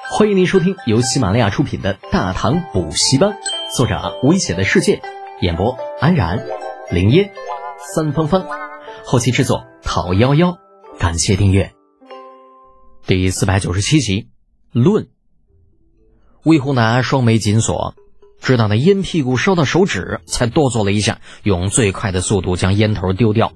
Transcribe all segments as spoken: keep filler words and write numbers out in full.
欢迎您收听由喜马拉雅出品的大唐补习班，作者危险的世界，演播安然、林烟、三芳芳，后期制作陶幺幺。感谢订阅。第四百九十七集论。魏宏达双眉紧锁，直到那烟屁股烧到手指，才哆嗦了一下，用最快的速度将烟头丢掉。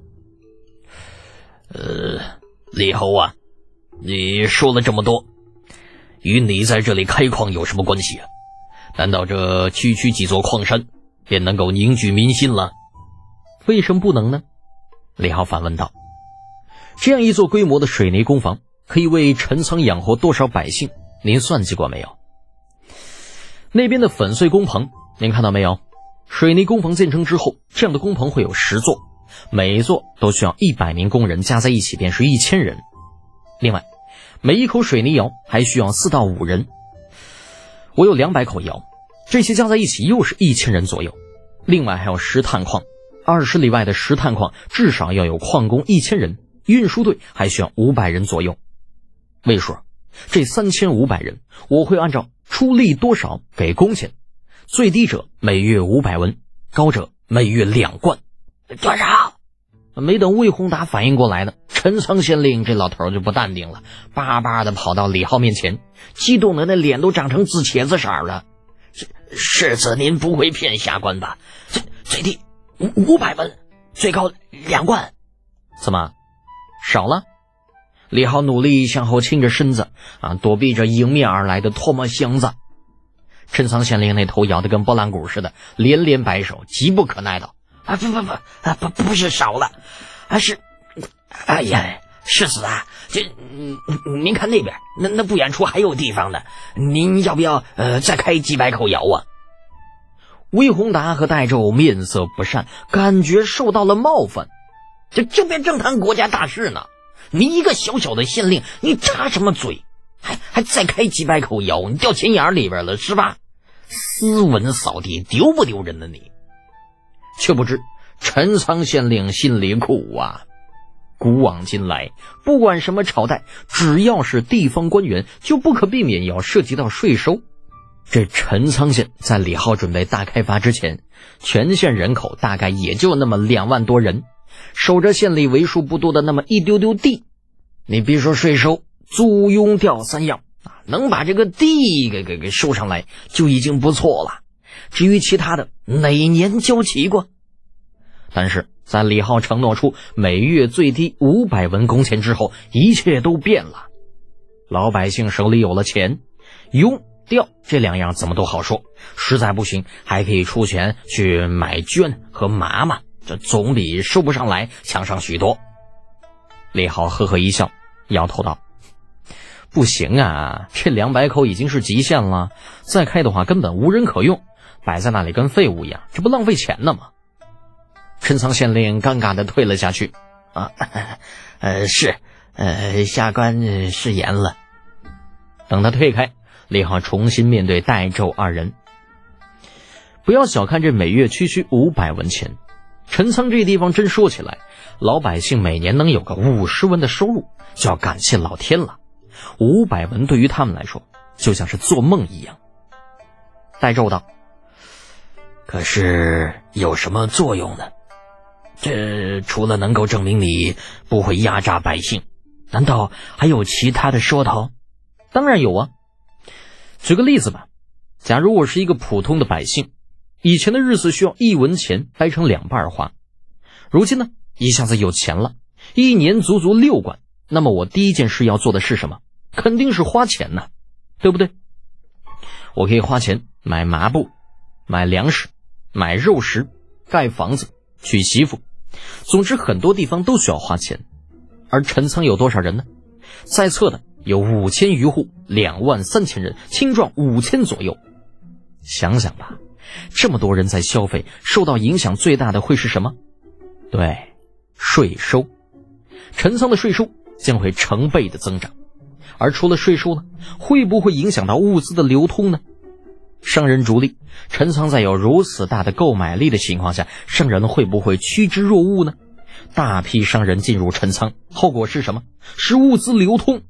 呃，李侯啊，你说了这么多，与你在这里开矿有什么关系啊？难道这区区几座矿山便能够凝聚民心了？ 为什么不能呢？李浩反问道。这样一座规模的水泥工坊，可以为陈仓养活多少百姓？您算计过没有？那边的粉碎工棚，您看到没有？水泥工坊建成之后，这样的工棚会有十座，每一座都需要一百名工人，加在一起便是一千人。另外，每一口水泥窑还需要四到五人。我有两百口窑，这些加在一起又是一千人左右。另外还有石炭矿，二十里外的石炭矿至少要有矿工一千人，运输队还需要五百人左右。魏叔，这三千五百人，我会按照出力多少给工钱，最低者每月五百文，高者每月两贯。 多少？ 没等魏宏达反应过来呢，陈仓县令这老头就不淡定了，巴巴的跑到李浩面前，激动的那脸都长成紫茄子色了。 世子您不会骗下官吧？最最低五五百文，最高两贯。 怎么少了？李浩努力向后倾着身子啊，躲避着迎面而来的唾沫箱子。陈仓县令那头摇得跟拨浪鼓似的，连连摆手，急不可耐道： 啊不不不啊不不是少了，而是哎呀世子啊，这嗯您看那边那那不远处还有地方呢，您要不要呃再开几百口窑啊？ 魏宏达和戴胄面色不善，感觉受到了冒犯。 这这边正谈国家大事呢，你一个小小的县令，你插什么嘴？还还再开几百口窑，你掉钱眼里边了是吧？斯文扫地，丢不丢人呢你？ 却不知陈仓县令心里苦啊。古往今来，不管什么朝代，只要是地方官员，就不可避免要涉及到税收。这陈仓县在李浩准备大开发之前，全县人口大概也就那么两万多人，守着县里为数不多的那么一丢丢地。你别说税收，租庸调三样啊，能把这个地给给给收上来就已经不错了。至于其他的，哪年交齐过？但是在李浩承诺出每月最低五百文工钱之后，一切都变了。老百姓手里有了钱，庸调这两样怎么都好说，实在不行还可以出钱去买绢和麻麻，这总比收不上来强上许多。李浩呵呵一笑，摇头道：不行啊，这两百口已经是极限了，再开的话根本无人可用，摆在那里跟废物一样，这不浪费钱呢吗？陈仓县令尴尬地退了下去。 啊，呃，是，呃，下官失言了。 等他退开，李浩重新面对戴胄二人。不要小看这每月区区五百文钱，陈仓这地方真说起来，老百姓每年能有个五十文的收入，就要感谢老天了。五百文对于他们来说，就像是做梦一样。戴胄道： 可是有什么作用呢？这除了能够证明你不会压榨百姓，难道还有其他的说头？ 当然有啊。举个例子吧，假如我是一个普通的百姓，以前的日子需要一文钱掰成两半花，如今呢，一下子有钱了，一年足足六贯，那么我第一件事要做的是什么？肯定是花钱呢，对不对？我可以花钱买麻布，买粮食，买肉食，盖房子，娶媳妇，总之很多地方都需要花钱。而陈仓有多少人呢？在册的有五千余户，两万三千人，青壮五千左右。想想吧，这么多人在消费，受到影响最大的会是什么？对，税收。陈仓的税收将会成倍的增长。而除了税收呢，会不会影响到物资的流通呢？商人逐利，陈仓在有如此大的购买力的情况下，商人会不会趋之若鹜呢？大批商人进入陈仓，后果是什么？是物资流通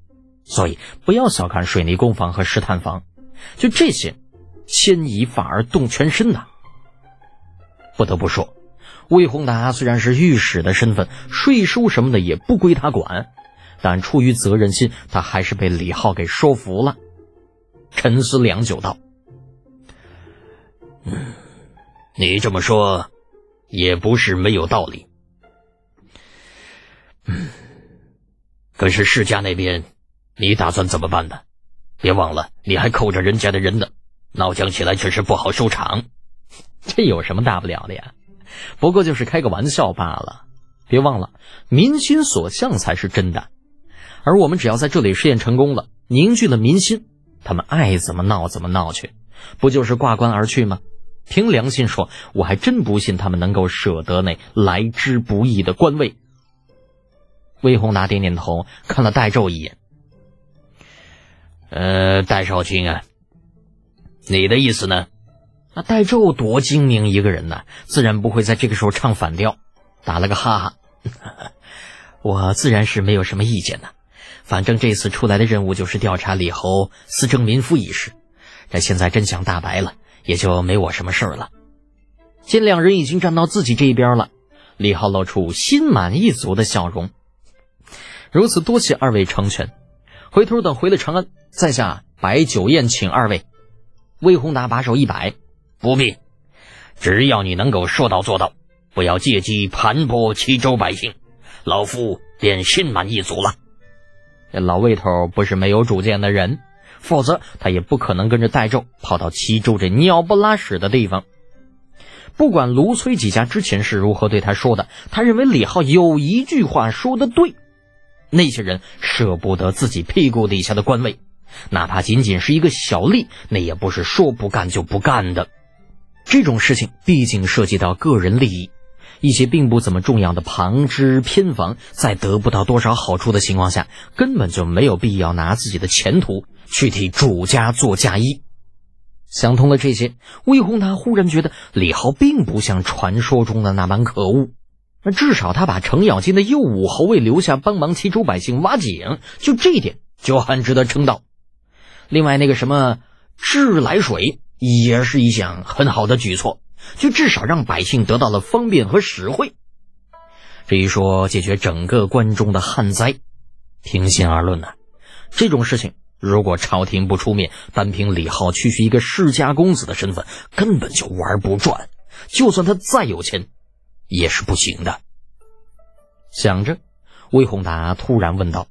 所以不要小看水泥工房和石炭房，就这些牵一发而动全身呐。不得不说，魏宏达虽然是御史的身份，税收什么的也不归他管，但出于责任心，他还是被李浩给说服了。沉思良久道： 嗯，你这么说也不是没有道理。嗯，可是世家那边你打算怎么办呢？别忘了你还扣着人家的人呢，闹僵起来确实不好收场。 这有什么大不了的呀？不过就是开个玩笑罢了。别忘了，民心所向才是真的。而我们只要在这里试验成功了，凝聚了民心，他们爱怎么闹怎么闹去，不就是挂冠而去吗？凭良心说，我还真不信他们能够舍得那来之不易的官位。魏宏达点点头，看了戴胄一眼。 呃，戴少卿啊，你的意思呢？ 那戴胄多精明一个人呢，自然不会在这个时候唱反调，打了个哈哈。我自然是没有什么意见的，反正这次出来的任务就是调查李侯私征民夫一事，这现在真相大白了，也就没我什么事儿了。见两人已经站到自己这一边了，李浩露出心满意足的笑容。如此多谢二位成全，回头等回了长安，在下摆酒宴请二位。魏宏达把手一摆： 不必，只要你能够说到做到，不要借机盘剥齐州百姓，老夫便心满意足了。 这老魏头不是没有主见的人，否则他也不可能跟着戴胄跑到齐州这鸟不拉屎的地方。不管卢崔几家之前是如何对他说的，他认为李浩有一句话说得对，那些人舍不得自己屁股底下的官位，哪怕仅仅是一个小吏，那也不是说不干就不干的。这种事情毕竟涉及到个人利益，一些并不怎么重要的旁支偏房，在得不到多少好处的情况下，根本就没有必要拿自己的前途去替主家做嫁衣。想通了这些，魏宏达忽然觉得李浩并不像传说中的那般可恶，那至少他把程咬金的右武侯位留下帮忙齐州百姓挖井，就这一点就很值得称道。另外那个什么治来水也是一项很好的举措，就至少让百姓得到了方便和实惠。至于说解决整个关中的旱灾，平心而论啊，这种事情如果朝廷不出面，单凭李浩区区一个世家公子的身份，根本就玩不转，就算他再有钱也是不行的。想着，魏宏达突然问道：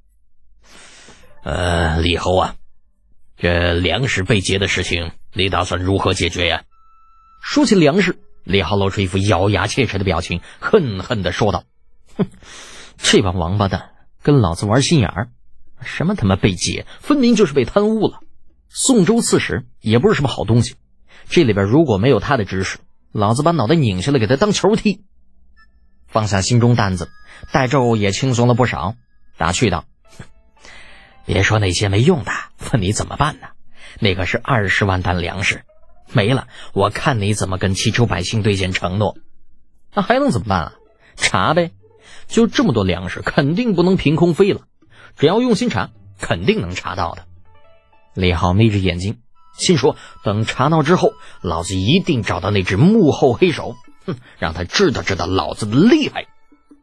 呃，李侯啊，这粮食被劫的事情你打算如何解决呀？ 说起粮食，李浩露出一副咬牙切齿的表情，恨恨地说道：哼，这帮王八蛋跟老子玩心眼儿，什么他妈被劫，分明就是被贪污了。宋州刺史也不是什么好东西，这里边如果没有他的指使，老子把脑袋拧下来给他当球踢。放下心中担子，戴胄也轻松了不少，打趣道：别说那些没用的，问你怎么办呢？那可是二十万担粮食，没了我看你怎么跟齐州百姓兑现承诺。那还能怎么办啊？查呗，就这么多粮食肯定不能凭空飞了，只要用心查肯定能查到的。李浩眯着眼睛心说，等查到之后，老子一定找到那只幕后黑手，哼，让他知道知道老子的厉害。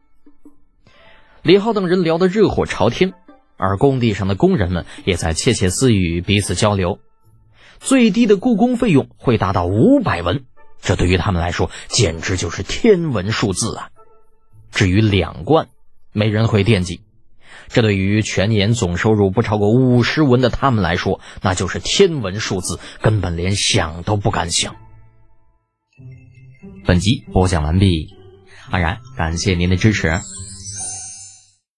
李浩等人聊得热火朝天，而工地上的工人们也在窃窃私语，彼此交流。最低的雇工费用会达到五百文，这对于他们来说简直就是天文数字啊！至于两贯，没人会惦记，这对于全年总收入不超过五十文的他们来说，那就是天文数字，根本连想都不敢想。本集播讲完毕，安然感谢您的支持。